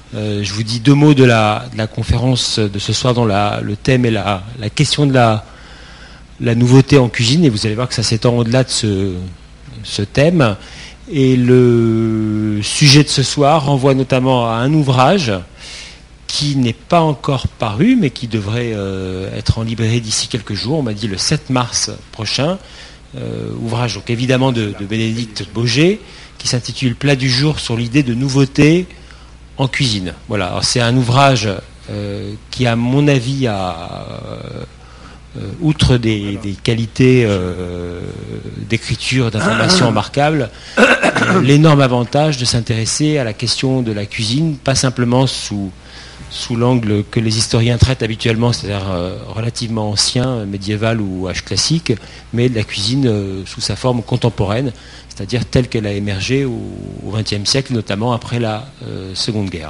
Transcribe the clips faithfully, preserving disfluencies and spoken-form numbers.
Euh, je vous dis deux mots de la, de la conférence de ce soir dont la, le thème est la, la question de la, la nouveauté en cuisine, et vous allez voir que ça s'étend au-delà de ce, ce thème. Et le sujet de ce soir renvoie notamment à un ouvrage qui n'est pas encore paru, mais qui devrait euh, être en librairie d'ici quelques jours, on m'a dit le sept mars prochain. Euh, ouvrage donc évidemment de, de Bénédicte Boger, qui s'intitule Plat du jour sur l'idée de nouveauté en cuisine. Voilà, alors c'est un ouvrage euh, qui, à mon avis, a, euh, outre des, des qualités euh, d'écriture, d'information remarquables, euh, l'énorme avantage de s'intéresser à la question de la cuisine, pas simplement sous, sous l'angle que les historiens traitent habituellement, c'est-à-dire euh, relativement ancien, médiéval ou âge classique, mais de la cuisine euh, sous sa forme contemporaine, c'est-à-dire telle qu'elle a émergé au vingtième siècle, notamment après la euh, Seconde Guerre.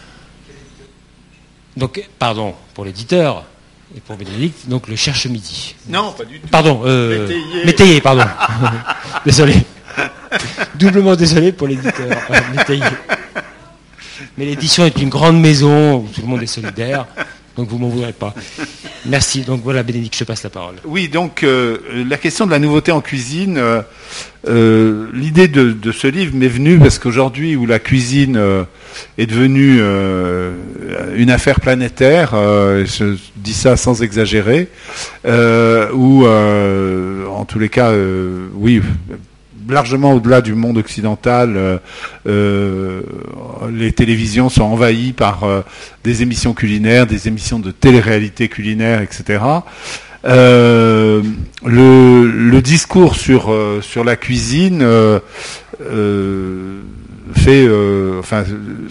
Donc, pardon, pour l'éditeur et pour Bénédicte, donc le cherche-midi. Non, pas du tout. Pardon, euh, Métayer. Métayer, pardon. Désolé. Doublement désolé pour l'éditeur. Métayer. Mais l'édition est une grande maison où tout le monde est solidaire, donc vous m'en voudrez pas. Merci. Donc voilà, Bénédicte, je te passe la parole. Oui, donc euh, la question de la nouveauté en cuisine, euh, euh, l'idée de, de ce livre m'est venue parce qu'aujourd'hui où la cuisine euh, est devenue euh, une affaire planétaire, euh, je dis ça sans exagérer, euh, où euh, en tous les cas, euh, oui, largement au-delà du monde occidental, euh, euh, les télévisions sont envahies par euh, des émissions culinaires, des émissions de télé-réalité culinaire, et cetera. Euh, le, le discours sur euh, sur la cuisine euh, euh, fait, euh, enfin,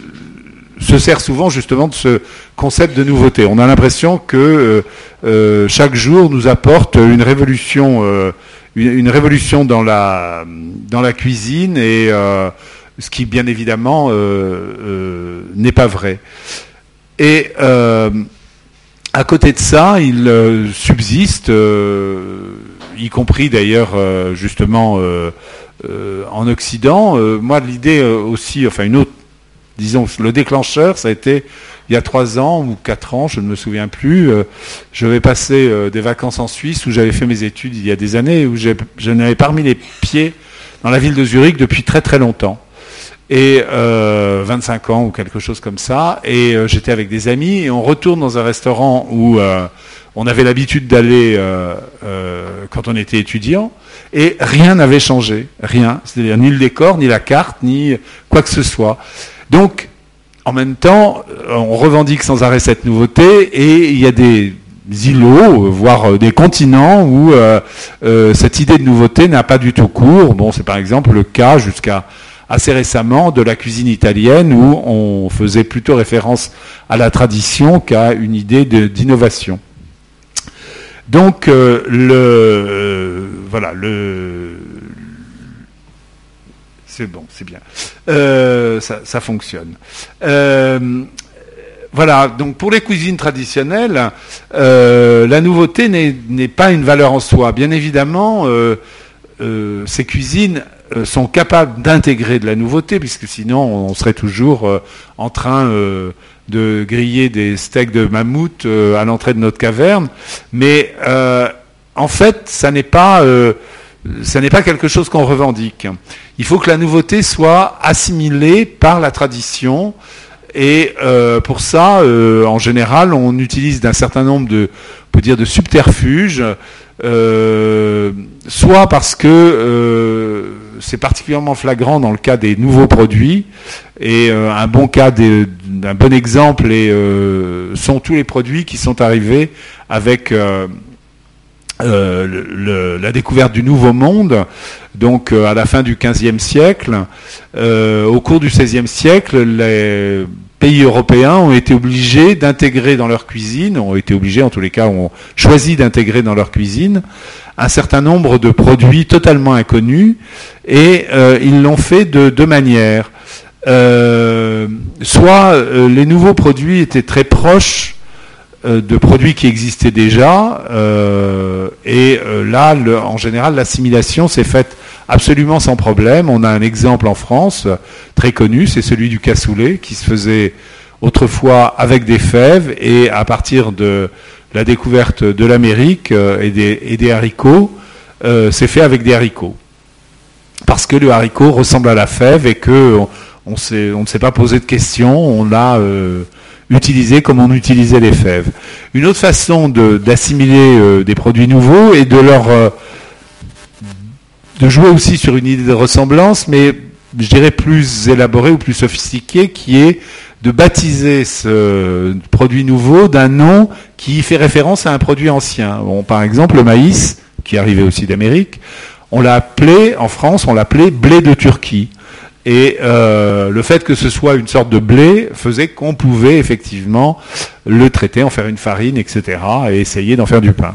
se sert souvent justement de ce concept de nouveauté. On a l'impression que euh, chaque jour nous apporte une révolution. Euh, une révolution dans la dans la cuisine, et euh, ce qui bien évidemment euh, euh, n'est pas vrai. Et euh, à côté de ça, il euh, subsiste, euh, y compris d'ailleurs euh, justement euh, euh, en Occident. Euh, moi, l'idée euh, aussi, enfin une autre, disons, le déclencheur, ça a été il y a trois ans ou quatre ans, je ne me souviens plus, euh, je vais passer euh, des vacances en Suisse où j'avais fait mes études il y a des années, où j'ai, je n'avais pas remis les pieds dans la ville de Zurich depuis très très longtemps. Et euh, vingt-cinq ans ou quelque chose comme ça. Et euh, j'étais avec des amis et on retourne dans un restaurant où euh, on avait l'habitude d'aller euh, euh, quand on était étudiant, et rien n'avait changé, rien. C'est-à-dire ni le décor, ni la carte, ni quoi que ce soit. Donc, en même temps, on revendique sans arrêt cette nouveauté, et il y a des îlots, voire des continents où euh, euh, cette idée de nouveauté n'a pas du tout cours. Bon, c'est par exemple le cas jusqu'à assez récemment de la cuisine italienne, où on faisait plutôt référence à la tradition qu'à une idée de, d'innovation. Donc, euh, le euh, voilà le C'est bon, c'est bien. Euh, ça, ça fonctionne. Euh, voilà, donc pour les cuisines traditionnelles, euh, la nouveauté n'est, n'est pas une valeur en soi. Bien évidemment, euh, euh, ces cuisines euh, sont capables d'intégrer de la nouveauté, puisque sinon on serait toujours euh, en train euh, de griller des steaks de mammouth euh, à l'entrée de notre caverne. Mais euh, en fait, ça n'est pas... Euh, ça n'est pas quelque chose qu'on revendique. Il faut que la nouveauté soit assimilée par la tradition, et euh, pour ça, euh, en général, on utilise d'un certain nombre de, on peut dire, de subterfuges, euh, soit parce que euh, c'est particulièrement flagrant dans le cas des nouveaux produits, et euh, un bon cas, des, un bon exemple est, euh, sont tous les produits qui sont arrivés avec euh, Euh, le, le, la découverte du Nouveau Monde, donc euh, à la fin du quinzième siècle. Euh, au cours du seizième siècle, les pays européens ont été obligés d'intégrer dans leur cuisine, ont été obligés, en tous les cas, ont choisi d'intégrer dans leur cuisine un certain nombre de produits totalement inconnus, et euh, ils l'ont fait de deux manières. Euh, soit euh, les nouveaux produits étaient très proches de produits qui existaient déjà, euh, et euh, là, le, en général, l'assimilation s'est faite absolument sans problème. On a un exemple en France très connu, c'est celui du cassoulet, qui se faisait autrefois avec des fèves, et à partir de la découverte de l'Amérique euh, et, des, et des haricots, euh, c'est fait avec des haricots. Parce que le haricot ressemble à la fève et qu'on on on ne s'est pas posé de questions, on l'a euh, utilisé comme on utilisait les fèves. Une autre façon de, d'assimiler euh, des produits nouveaux et de leur euh, de jouer aussi sur une idée de ressemblance, mais je dirais plus élaborée ou plus sophistiquée, qui est de baptiser ce produit nouveau d'un nom qui fait référence à un produit ancien. Bon, par exemple, le maïs, qui arrivait aussi d'Amérique, on l'a appelé, en France, on l'appelait blé de Turquie. Et euh, le fait que ce soit une sorte de blé faisait qu'on pouvait effectivement le traiter, en faire une farine, et cetera, et essayer d'en faire du pain.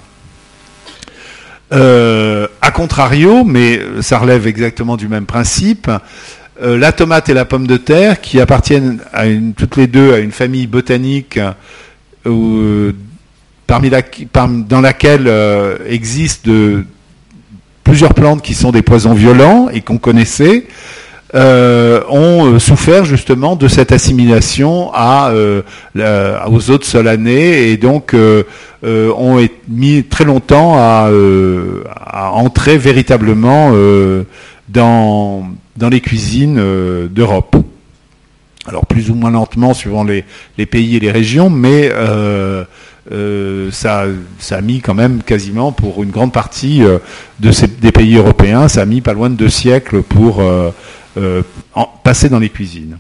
Euh, a contrario, mais ça relève exactement du même principe, euh, la tomate et la pomme de terre, qui appartiennent à une, toutes les deux à une famille botanique euh, parmi la, par, dans laquelle euh, existent de, plusieurs plantes qui sont des poisons violents et qu'on connaissait, euh, ont souffert justement de cette assimilation à, euh, la, aux autres solanés, et donc euh, euh, ont été mis très longtemps à, euh, à entrer véritablement euh, dans, dans les cuisines euh, d'Europe. Alors plus ou moins lentement suivant les, les pays et les régions, mais euh, euh, ça, ça a mis quand même quasiment pour une grande partie euh, de ces, des pays européens, ça a mis pas loin de deux siècles pour euh, euh, en, passer dans les cuisines.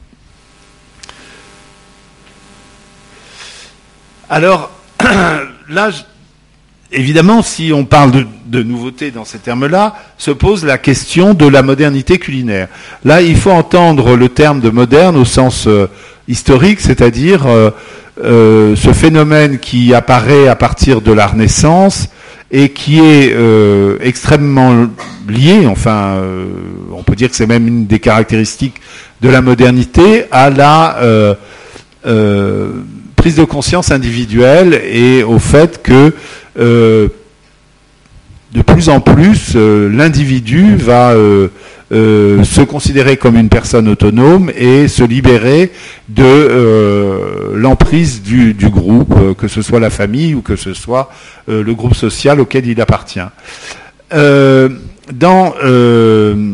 Alors là, je, évidemment, si on parle de, de nouveauté dans ces termes-là, se pose la question de la modernité culinaire. Là, il faut entendre le terme de moderne au sens euh, historique, c'est-à-dire euh, euh, ce phénomène qui apparaît à partir de la Renaissance et qui est euh, extrêmement lié, enfin, euh, on peut dire que c'est même une des caractéristiques de la modernité, à la euh, euh, prise de conscience individuelle et au fait que Euh, de plus en plus, euh, l'individu va euh, euh, se considérer comme une personne autonome et se libérer de euh, l'emprise du, du groupe, euh, que ce soit la famille ou que ce soit euh, le groupe social auquel il appartient. Euh, dans euh,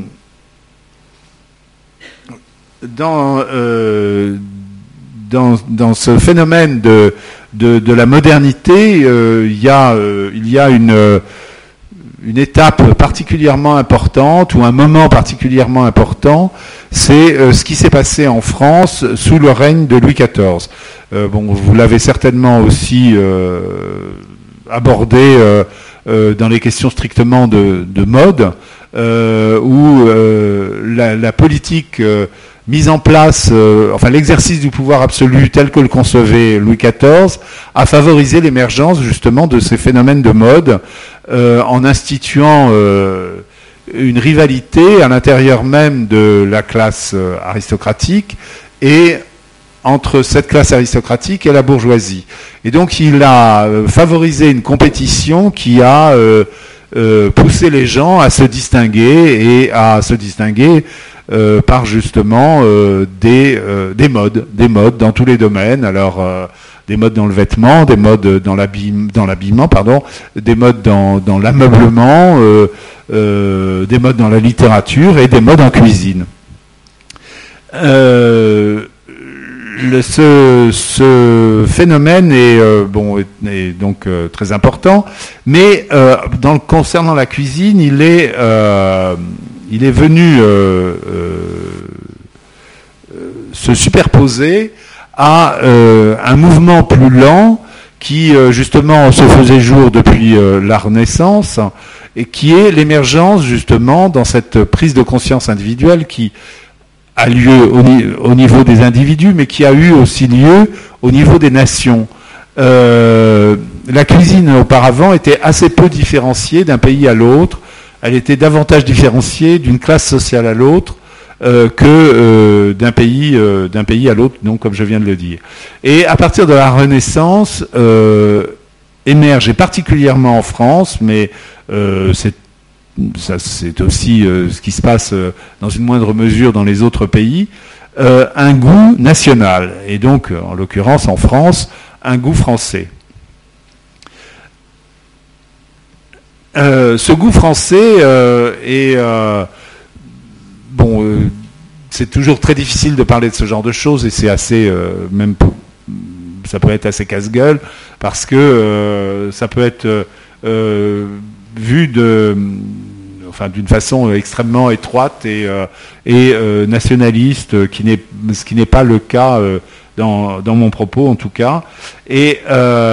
dans, euh, dans dans ce phénomène de De, de la modernité, euh, il y a, euh, il y a une, euh, une étape particulièrement importante ou un moment particulièrement important, c'est euh, ce qui s'est passé en France sous le règne de Louis quatorze. Euh, bon, vous l'avez certainement aussi euh, abordé euh, euh, dans les questions strictement de, de mode, euh, où euh, la, la politique euh, mise en place, euh, enfin l'exercice du pouvoir absolu tel que le concevait Louis quatorze, a favorisé l'émergence justement de ces phénomènes de mode euh, en instituant euh, une rivalité à l'intérieur même de la classe euh, aristocratique et entre cette classe aristocratique et la bourgeoisie. Et donc il a euh, favorisé une compétition qui a euh, euh, poussé les gens à se distinguer et à se distinguer Euh, par justement euh, des, euh, des modes, des modes dans tous les domaines. Alors euh, des modes dans le vêtement, des modes dans l'habillement, dans l'habillement, pardon, des modes dans, dans l'ameublement, euh, euh, des modes dans la littérature et des modes en cuisine. Euh, le, ce, ce phénomène est euh, bon est, est donc euh, très important, mais euh, dans le, concernant la cuisine, il est euh, il est venu euh, euh, se superposer à euh, un mouvement plus lent qui euh, justement se faisait jour depuis euh, la Renaissance et qui est l'émergence justement dans cette prise de conscience individuelle qui a lieu au, au niveau des individus, mais qui a eu aussi lieu au niveau des nations. Euh, la cuisine auparavant était assez peu différenciée d'un pays à l'autre. Elle était davantage différenciée d'une classe sociale à l'autre euh, que euh, d'un pays, euh, d'un pays à l'autre, donc comme je viens de le dire. Et à partir de la Renaissance, euh, émerge, et particulièrement en France, mais euh, c'est, ça, c'est aussi euh, ce qui se passe euh, dans une moindre mesure dans les autres pays, euh, un goût national, et donc, en l'occurrence, en France, un goût français. Euh, ce goût français euh, est... Euh, bon, euh, c'est toujours très difficile de parler de ce genre de choses, et c'est assez... Euh, même ça peut être assez casse-gueule, parce que euh, ça peut être euh, vu de... enfin d'une façon extrêmement étroite et, euh, et euh, nationaliste, qui n'est, ce qui n'est pas le cas euh, dans, dans mon propos en tout cas. Et euh,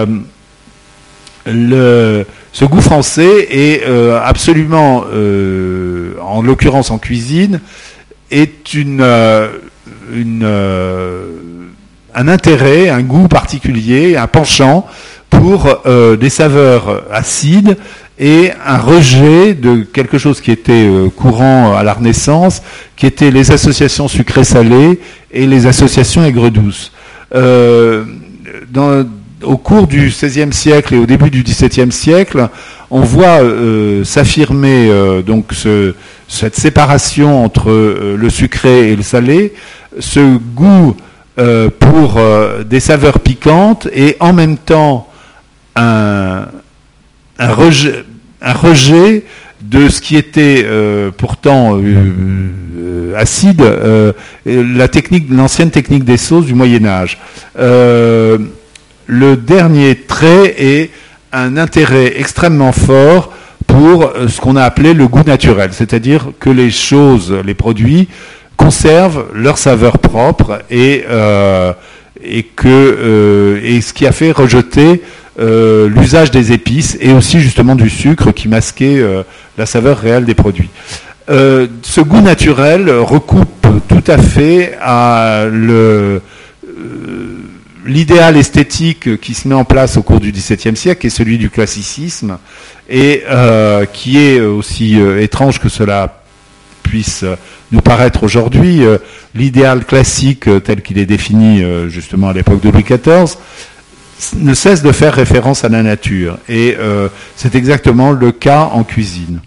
le, ce goût français est euh, absolument, euh, en l'occurrence en cuisine, est une, euh, une, euh, un intérêt, un goût particulier, un penchant pour euh, des saveurs acides, et un rejet de quelque chose qui était euh, courant à la Renaissance, qui étaient les associations sucrées-salées et les associations aigres-douces. Euh, dans, au cours du seizième siècle et au début du dix-septième siècle, on voit euh, s'affirmer euh, donc ce, cette séparation entre euh, le sucré et le salé, ce goût euh, pour euh, des saveurs piquantes, et en même temps un Un rejet, un rejet de ce qui était euh, pourtant euh, euh, acide, euh, la technique, l'ancienne technique des sauces du Moyen-Âge. Euh, le dernier trait est un intérêt extrêmement fort pour ce qu'on a appelé le goût naturel, c'est-à-dire que les choses, les produits, conservent leur saveur propre, et, euh, et, que, euh, et ce qui a fait rejeter Euh, l'usage des épices et aussi justement du sucre qui masquait euh, la saveur réelle des produits. Euh, ce goût naturel recoupe tout à fait à le, euh, l'idéal esthétique qui se met en place au cours du dix-septième siècle, qui est celui du classicisme, et euh, qui est aussi euh, étrange que cela puisse nous paraître aujourd'hui. Euh, l'idéal classique euh, tel qu'il est défini euh, justement à l'époque de Louis quatorze ne cesse de faire référence à la nature. Et euh, c'est exactement le cas en cuisine.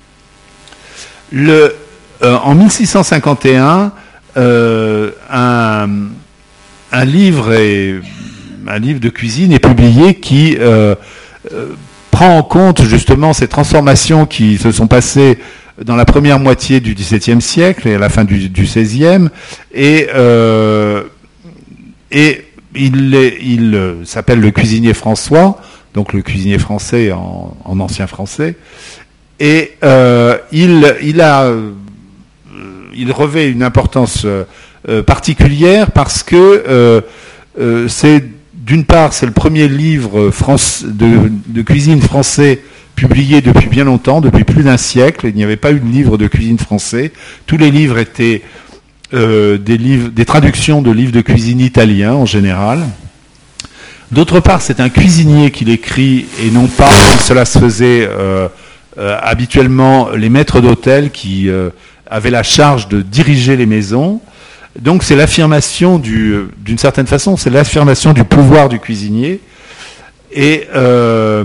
Le, euh, en mille six cent cinquante et un, euh, un, un, livre est, un livre de cuisine est publié qui euh, euh, prend en compte justement ces transformations qui se sont passées dans la première moitié du dix-septième siècle et à la fin du, du seizième. Et, euh, et Il, est, il euh, s'appelle le cuisinier François, donc le cuisinier français en, en ancien français, et euh, il, il, a, euh, il revêt une importance euh, particulière parce que euh, euh, c'est, d'une part, c'est le premier livre France, de, de cuisine français publié depuis bien longtemps, depuis plus d'un siècle. Il n'y avait pas eu de livre de cuisine français. Tous les livres étaient Euh, des, livres, des traductions de livres de cuisine italiens en général. D'autre part, c'est un cuisinier qui l'écrit, et non pas, comme cela se faisait euh, euh, habituellement, les maîtres d'hôtel qui euh, avaient la charge de diriger les maisons. Donc c'est l'affirmation, du, d'une certaine façon, c'est l'affirmation du pouvoir du cuisinier. Et euh,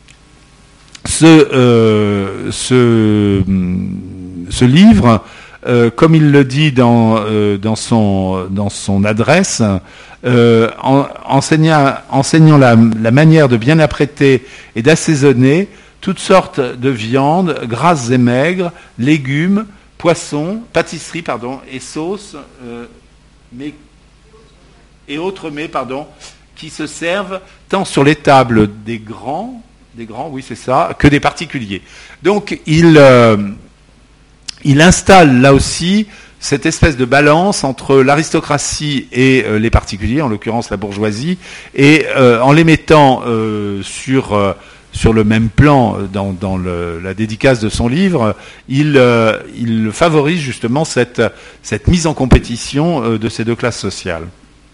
ce, euh, ce, ce livre, Euh, comme il le dit dans, euh, dans, son, dans son adresse, euh, en, enseignant, enseignant la, la manière de bien apprêter et d'assaisonner toutes sortes de viandes, grasses et maigres, légumes, poissons, pâtisseries pardon, et sauces, euh, mais, et autres mets pardon, qui se servent tant sur les tables des grands, des grands, oui c'est ça, que des particuliers. Donc il... Euh, Il installe là aussi cette espèce de balance entre l'aristocratie et euh, les particuliers, en l'occurrence la bourgeoisie, et euh, en les mettant euh, sur, euh, sur le même plan dans, dans le, la dédicace de son livre, il, euh, il favorise justement cette, cette mise en compétition euh, de ces deux classes sociales.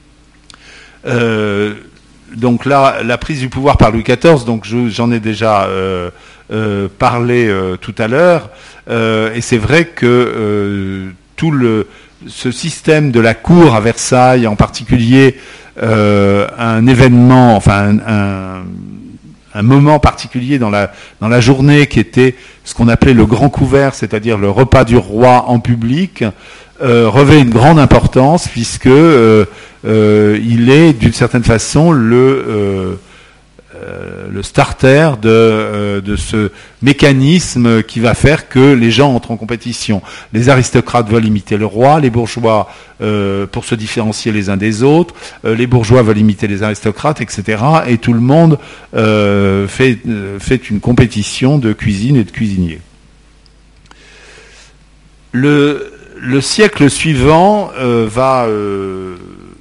Euh, donc là, la prise du pouvoir par Louis quatorze, donc je, j'en ai déjà euh, euh, parlé euh, tout à l'heure, euh, et c'est vrai que euh, tout le, ce système de la cour à Versailles, en particulier euh, un événement, enfin un, un, un moment particulier dans la, dans la journée qui était ce qu'on appelait le grand couvert, c'est-à-dire le repas du roi en public, euh, revêt une grande importance puisque euh, euh, il est d'une certaine façon le euh, euh, le starter de euh, de ce mécanisme qui va faire que les gens entrent en compétition. Les aristocrates veulent imiter le roi, les bourgeois euh, pour se différencier les uns des autres, euh, les bourgeois veulent imiter les aristocrates, et cetera. Et tout le monde euh, fait euh, fait une compétition de cuisine et de cuisiniers. Le Le siècle suivant euh, va euh,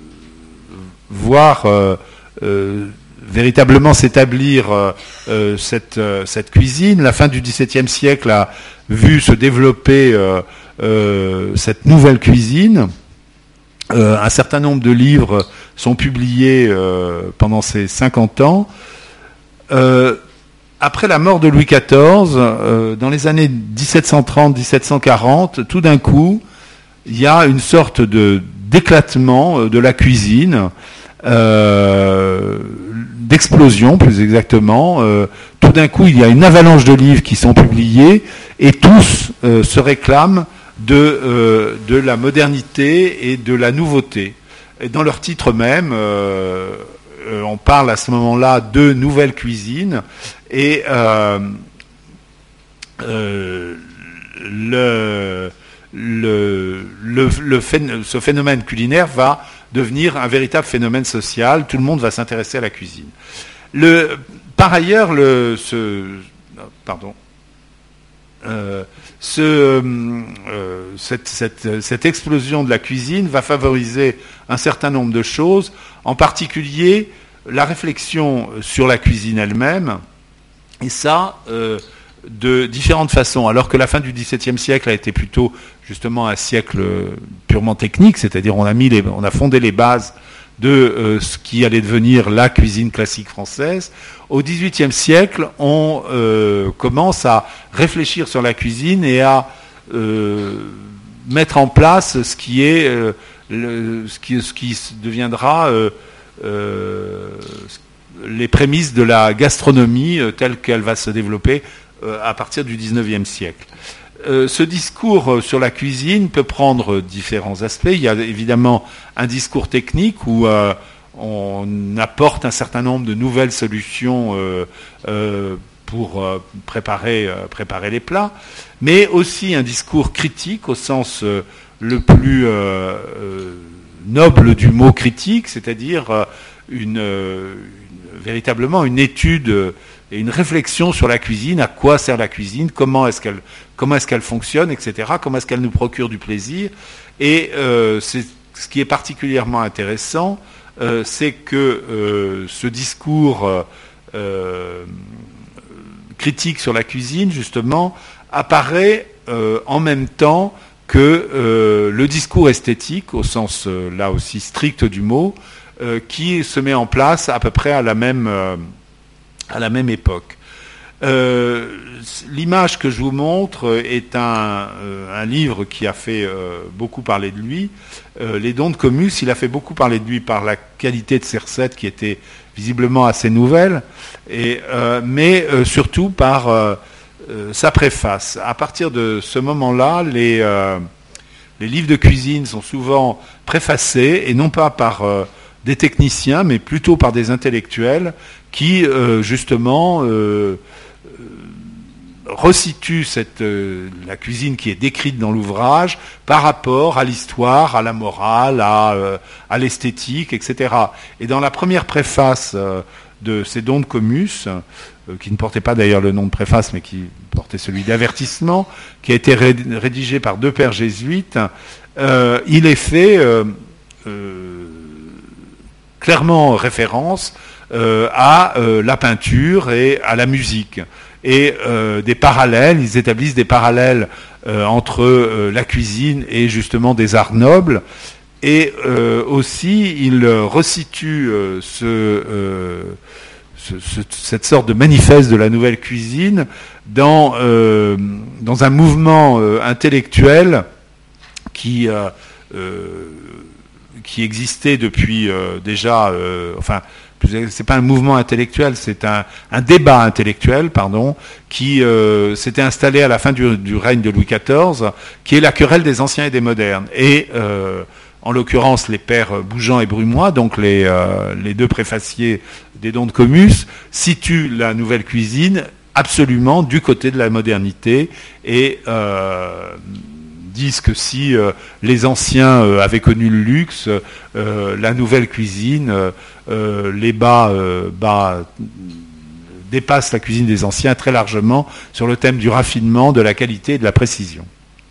voir euh, euh, véritablement s'établir euh, euh, cette, euh, cette cuisine. La fin du dix-septième siècle a vu se développer euh, euh, cette nouvelle cuisine. Euh, un certain nombre de livres sont publiés euh, pendant ces cinquante ans. Euh, Après la mort de Louis quatorze, euh, dans les années dix-sept cent trente à dix-sept cent quarante, tout d'un coup, il y a une sorte de d'éclatement de la cuisine, euh, d'explosion plus exactement. Euh, tout d'un coup, il y a une avalanche de livres qui sont publiés et tous euh, se réclament de, euh, de la modernité et de la nouveauté. Et dans leur titre même, euh, on parle à ce moment-là de nouvelle cuisine. Et euh, euh, le, le, le, le phén- ce phénomène culinaire va devenir un véritable phénomène social. Tout le monde va s'intéresser à la cuisine. Le, par ailleurs, le, ce, pardon, euh, ce, euh, cette, cette, cette explosion de la cuisine va favoriser un certain nombre de choses, en particulier la réflexion sur la cuisine elle-même. Et ça, euh, de différentes façons. Alors que la fin du dix-septième siècle a été plutôt justement un siècle purement technique, c'est-à-dire on a mis les, on a fondé les bases de euh, ce qui allait devenir la cuisine classique française. Au dix-huitième siècle, on euh, commence à réfléchir sur la cuisine et à euh, mettre en place ce qui est, euh, le, ce qui, ce qui deviendra euh, euh, les prémices de la gastronomie euh, telle qu'elle va se développer euh, à partir du dix-neuvième siècle. Euh, ce discours euh, sur la cuisine peut prendre différents aspects. Il y a évidemment un discours technique où euh, on apporte un certain nombre de nouvelles solutions euh, euh, pour euh, préparer, euh, préparer les plats, mais aussi un discours critique au sens euh, le plus euh, euh, noble du mot critique, c'est-à-dire euh, une, euh, une, véritablement une étude et une réflexion sur la cuisine, à quoi sert la cuisine, comment est-ce qu'elle, comment est-ce qu'elle fonctionne, et cetera, comment est-ce qu'elle nous procure du plaisir. Et euh, c'est, ce qui est particulièrement intéressant, euh, c'est que euh, ce discours euh, critique sur la cuisine, justement, apparaît euh, en même temps que euh, le discours esthétique, au sens euh, là aussi strict du mot, euh, qui se met en place à peu près à la même, euh, à la même époque. Euh, l'image que je vous montre est un, euh, un livre qui a fait euh, beaucoup parler de lui, euh, Les Dons de Comus. Il a fait beaucoup parler de lui par la qualité de ses recettes qui étaient visiblement assez nouvelles, et, euh, mais euh, surtout par euh, euh, sa préface. À partir de ce moment-là, les, euh, les livres de cuisine sont souvent préfacés, et non pas par euh, des techniciens, mais plutôt par des intellectuels qui, euh, justement, euh, resitue cette, euh, la cuisine qui est décrite dans l'ouvrage par rapport à l'histoire, à la morale, à, euh, à l'esthétique, et cetera. Et dans la première préface euh, de ces Dons de Comus, euh, qui ne portait pas d'ailleurs le nom de préface, mais qui portait celui d'avertissement, qui a été rédigé par deux pères jésuites, euh, il est fait euh, euh, clairement référence euh, à euh, la peinture et à la musique. Et euh, des parallèles, ils établissent des parallèles euh, entre euh, la cuisine et justement des arts nobles. Et euh, aussi, ils resituent euh, ce, euh, ce, ce, cette sorte de manifeste de la nouvelle cuisine dans, euh, dans un mouvement euh, intellectuel qui, euh, euh, qui existait depuis euh, déjà, euh, enfin, c'est pas un mouvement intellectuel, c'est un, un débat intellectuel, pardon, qui euh, s'était installé à la fin du, du règne de Louis quatorze, qui est la querelle des anciens et des modernes. Et euh, en l'occurrence, les pères Bougeant et Brumois, donc les, euh, les deux préfaciers des Dons de Comus, situent la nouvelle cuisine absolument du côté de la modernité et euh, disent que si euh, les anciens euh, avaient connu le luxe, euh, la nouvelle cuisine, euh, les bas, euh, bas dépasse la cuisine des anciens très largement sur le thème du raffinement, de la qualité et de la précision.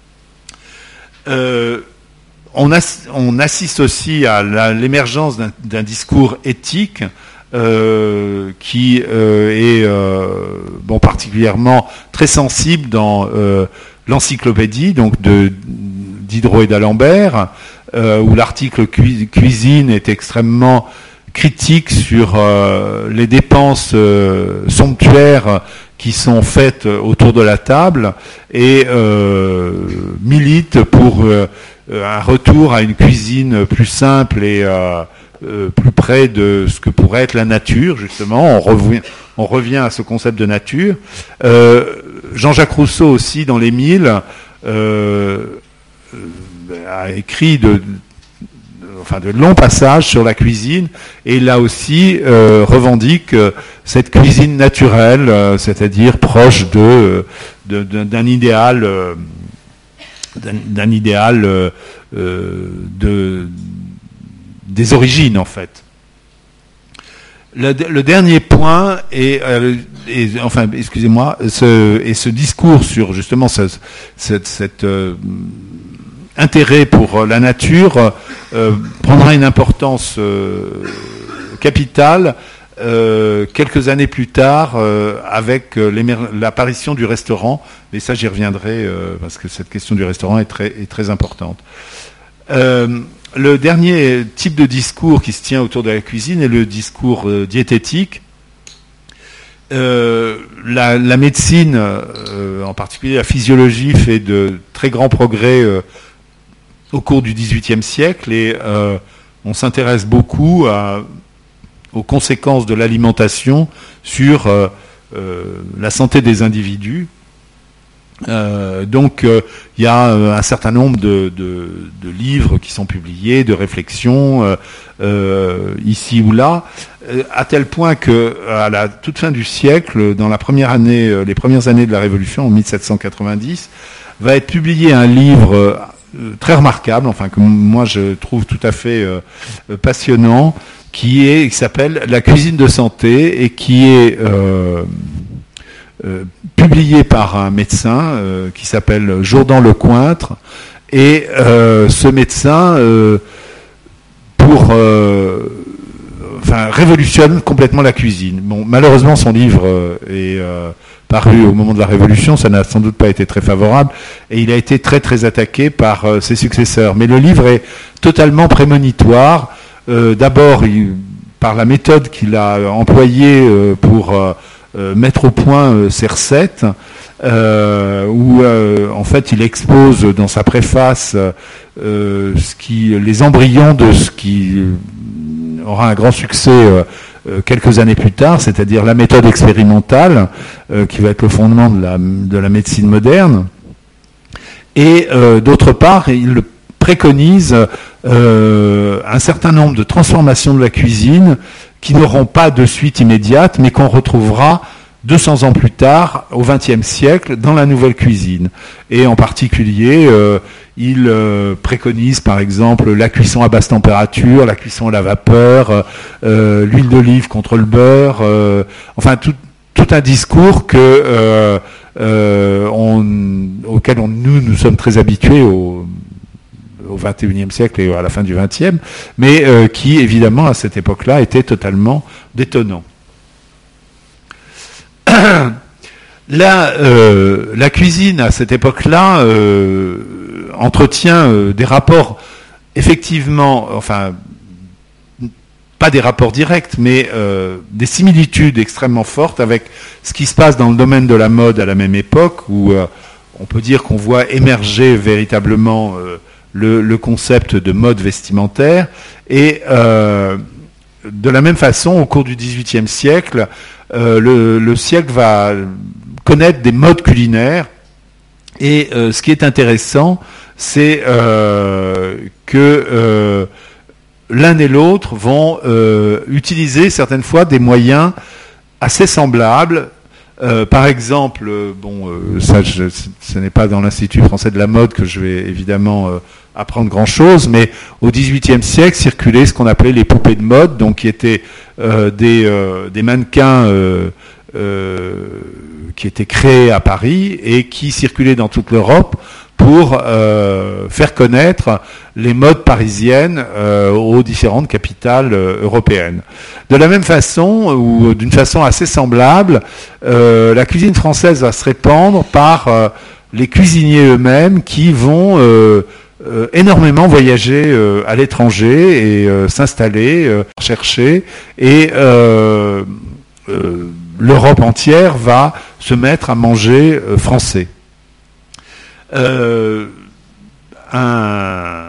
Euh, on, as, on assiste aussi à la, l'émergence d'un, d'un discours éthique euh, qui euh, est euh, bon, particulièrement très sensible dans euh, l'encyclopédie donc de, Diderot et d'Alembert, euh, où l'article cu- cuisine est extrêmement critique sur euh, les dépenses euh, somptuaires qui sont faites autour de la table et euh, milite pour euh, un retour à une cuisine plus simple et euh, euh, plus près de ce que pourrait être la nature, justement. On revient, on revient à ce concept de nature. Euh, Jean-Jacques Rousseau aussi, dans les Mille, euh, a écrit de, de, enfin, de longs passages sur la cuisine, et là aussi euh, revendique euh, cette cuisine naturelle, euh, c'est-à-dire proche de, de, de d'un idéal, euh, d'un, d'un idéal euh, de, des origines, en fait. Le, le dernier point est, euh, est enfin, excusez-moi, ce, et ce discours sur justement ce, cette, cette euh, intérêt pour la nature euh, prendra une importance euh, capitale euh, quelques années plus tard euh, avec l'apparition du restaurant, mais ça j'y reviendrai euh, parce que cette question du restaurant est très, est très importante. Euh, le dernier type de discours qui se tient autour de la cuisine est le discours euh, diététique. Euh, la, la médecine, euh, en particulier la physiologie, fait de très grands progrès euh, au cours du dix-huitième siècle et euh, on s'intéresse beaucoup à, aux conséquences de l'alimentation sur euh, euh, la santé des individus. Euh, donc il euh, y a euh, un certain nombre de, de, de livres qui sont publiés, de réflexions euh, euh, ici ou là, euh, à tel point que à la toute fin du siècle, dans la première année, euh, les premières années de la Révolution, en mille sept cent quatre-vingt-dix, va être publié un livre euh, très remarquable, enfin que moi je trouve tout à fait euh, passionnant, qui est qui s'appelle La cuisine de santé et qui est euh, Euh, publié par un médecin euh, qui s'appelle Jourdan Lecointre, et euh, ce médecin euh, pour euh, enfin révolutionne complètement la cuisine. Bon, malheureusement son livre euh, est euh, paru au moment de la Révolution, ça n'a sans doute pas été très favorable et il a été très très attaqué par euh, ses successeurs. Mais le livre est totalement prémonitoire. Euh, d'abord il, par la méthode qu'il a employée euh, pour euh, Euh, mettre au point euh, ces recettes, euh, où euh, en fait il expose dans sa préface euh, ce qui, les embryons de ce qui aura un grand succès euh, euh, quelques années plus tard, c'est-à-dire la méthode expérimentale euh, qui va être le fondement de la, de la médecine moderne. Et euh, d'autre part, il préconise euh, un certain nombre de transformations de la cuisine qui n'auront pas de suite immédiate, mais qu'on retrouvera deux cents ans plus tard, au vingtième siècle, dans la nouvelle cuisine. Et en particulier, euh, il euh, préconise par exemple la cuisson à basse température, la cuisson à la vapeur, euh, l'huile d'olive contre le beurre, euh, enfin tout, tout un discours que, euh, euh, on, auquel on, nous, nous sommes très habitués au au vingt et unième siècle et à la fin du vingtième, mais euh, qui, évidemment, à cette époque-là, était totalement détonnant. La, euh, la cuisine, à cette époque-là, euh, entretient euh, des rapports, effectivement, enfin, pas des rapports directs, mais euh, des similitudes extrêmement fortes avec ce qui se passe dans le domaine de la mode à la même époque, où euh, on peut dire qu'on voit émerger véritablement euh, le, le concept de mode vestimentaire. Et euh, de la même façon, au cours du dix-huitième siècle, euh, le, le siècle va connaître des modes culinaires. Et euh, ce qui est intéressant, c'est euh, que euh, l'un et l'autre vont euh, utiliser certaines fois des moyens assez semblables. Euh, par exemple, euh, bon, euh, ça, je, ce n'est pas dans l'Institut français de la mode que je vais évidemment euh, apprendre grand-chose, mais au dix-huitième siècle circulaient ce qu'on appelait les poupées de mode, donc qui étaient euh, des, euh, des mannequins euh, euh, qui étaient créés à Paris et qui circulaient dans toute l'Europe pour euh, faire connaître les modes parisiennes euh, aux différentes capitales euh, européennes. De la même façon, ou d'une façon assez semblable, euh, la cuisine française va se répandre par euh, les cuisiniers eux-mêmes qui vont euh, euh, énormément voyager euh, à l'étranger et euh, s'installer, euh, chercher, et euh, euh, l'Europe entière va se mettre à manger euh, français. Euh, un,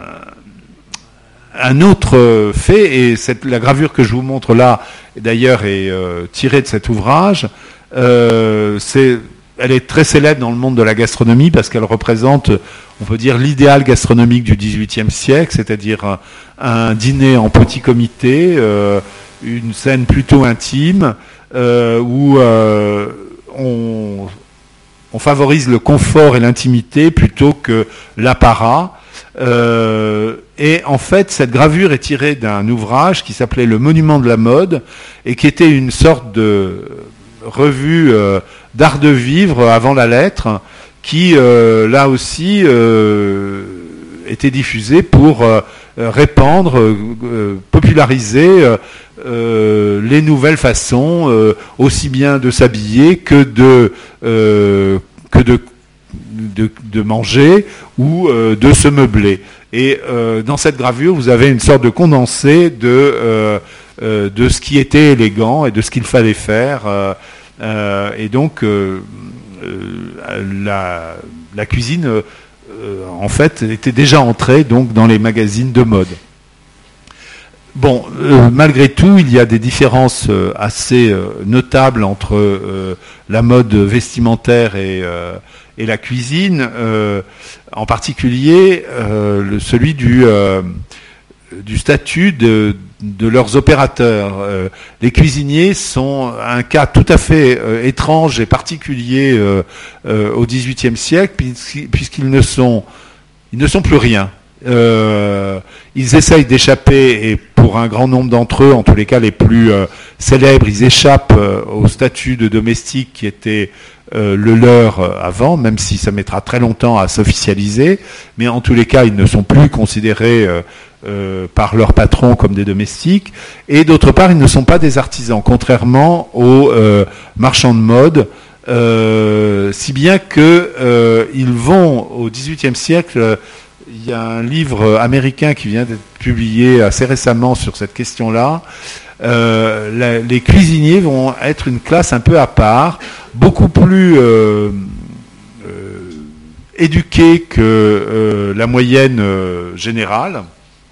un autre fait, et cette, la gravure que je vous montre là, d'ailleurs, est euh, tirée de cet ouvrage, euh, c'est, elle est très célèbre dans le monde de la gastronomie parce qu'elle représente, on peut dire, l'idéal gastronomique du dix-huitième siècle, c'est-à-dire un, un dîner en petit comité, euh, une scène plutôt intime, euh, où euh, on... on favorise le confort et l'intimité plutôt que l'apparat. Euh, et en fait, cette gravure est tirée d'un ouvrage qui s'appelait Le Monument de la mode et qui était une sorte de revue euh, d'art de vivre avant la lettre qui, euh, là aussi, euh, était diffusée pour euh, répandre, euh, populariser euh, Euh, les nouvelles façons, euh, aussi bien de s'habiller que de euh, que de, de de manger ou euh, de se meubler. Et euh, dans cette gravure, vous avez une sorte de condensé de euh, euh, de ce qui était élégant et de ce qu'il fallait faire. Euh, euh, et donc euh, euh, la la cuisine, euh, en fait, était déjà entrée donc dans les magazines de mode. Bon, euh, malgré tout, il y a des différences euh, assez euh, notables entre euh, la mode vestimentaire et, euh, et la cuisine, euh, en particulier euh, le, celui du, euh, du statut de, de leurs opérateurs. Euh, les cuisiniers sont un cas tout à fait euh, étrange et particulier euh, euh, au dix-huitième siècle, puisqu'ils ne sont, ils ne sont plus rien. Euh, ils essayent d'échapper, et pour un grand nombre d'entre eux, en tous les cas les plus euh, célèbres, ils échappent euh, au statut de domestique qui était euh, le leur euh, avant, même si ça mettra très longtemps à s'officialiser, mais en tous les cas ils ne sont plus considérés euh, euh, par leur patron comme des domestiques, et d'autre part ils ne sont pas des artisans, contrairement aux euh, marchands de mode, euh, si bien que euh, ils vont au dix-huitième siècle. Euh, Il y a un livre américain qui vient d'être publié assez récemment sur cette question-là. Euh, la, les cuisiniers vont être une classe un peu à part, beaucoup plus euh, euh, éduquée que euh, la moyenne euh, générale.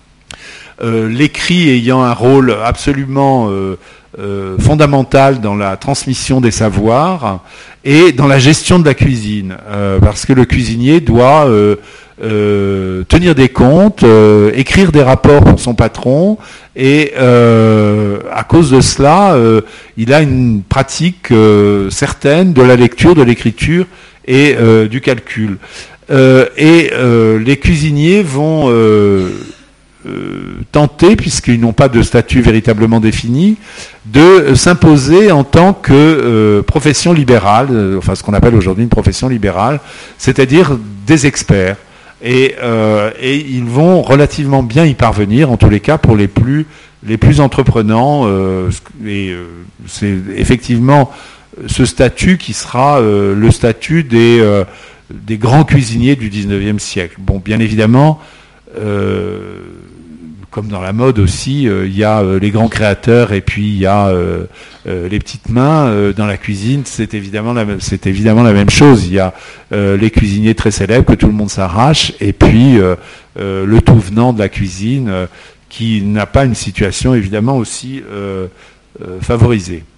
Euh, l'écrit ayant un rôle absolument euh, euh, fondamental dans la transmission des savoirs et dans la gestion de la cuisine, euh, parce que le cuisinier doit euh, Euh, tenir des comptes, euh, écrire des rapports pour son patron, et euh, à cause de cela, euh, il a une pratique euh, certaine de la lecture, de l'écriture et euh, du calcul. Euh, et euh, les cuisiniers vont euh, euh, tenter, puisqu'ils n'ont pas de statut véritablement défini, de s'imposer en tant que euh, profession libérale, euh, enfin ce qu'on appelle aujourd'hui une profession libérale, c'est-à-dire des experts. Et, euh, et ils vont relativement bien y parvenir, en tous les cas pour les plus, les plus entreprenants. Euh, et euh, c'est effectivement ce statut qui sera euh, le statut des, euh, des grands cuisiniers du dix-neuvième siècle. Bon, bien évidemment, euh, comme dans la mode aussi, il euh, y a euh, les grands créateurs et puis il y a euh, euh, les petites mains. Euh, dans la cuisine, c'est évidemment la même, c'est évidemment la même chose. Il y a euh, les cuisiniers très célèbres que tout le monde s'arrache, et puis euh, euh, le tout venant de la cuisine euh, qui n'a pas une situation évidemment aussi euh, euh, favorisée.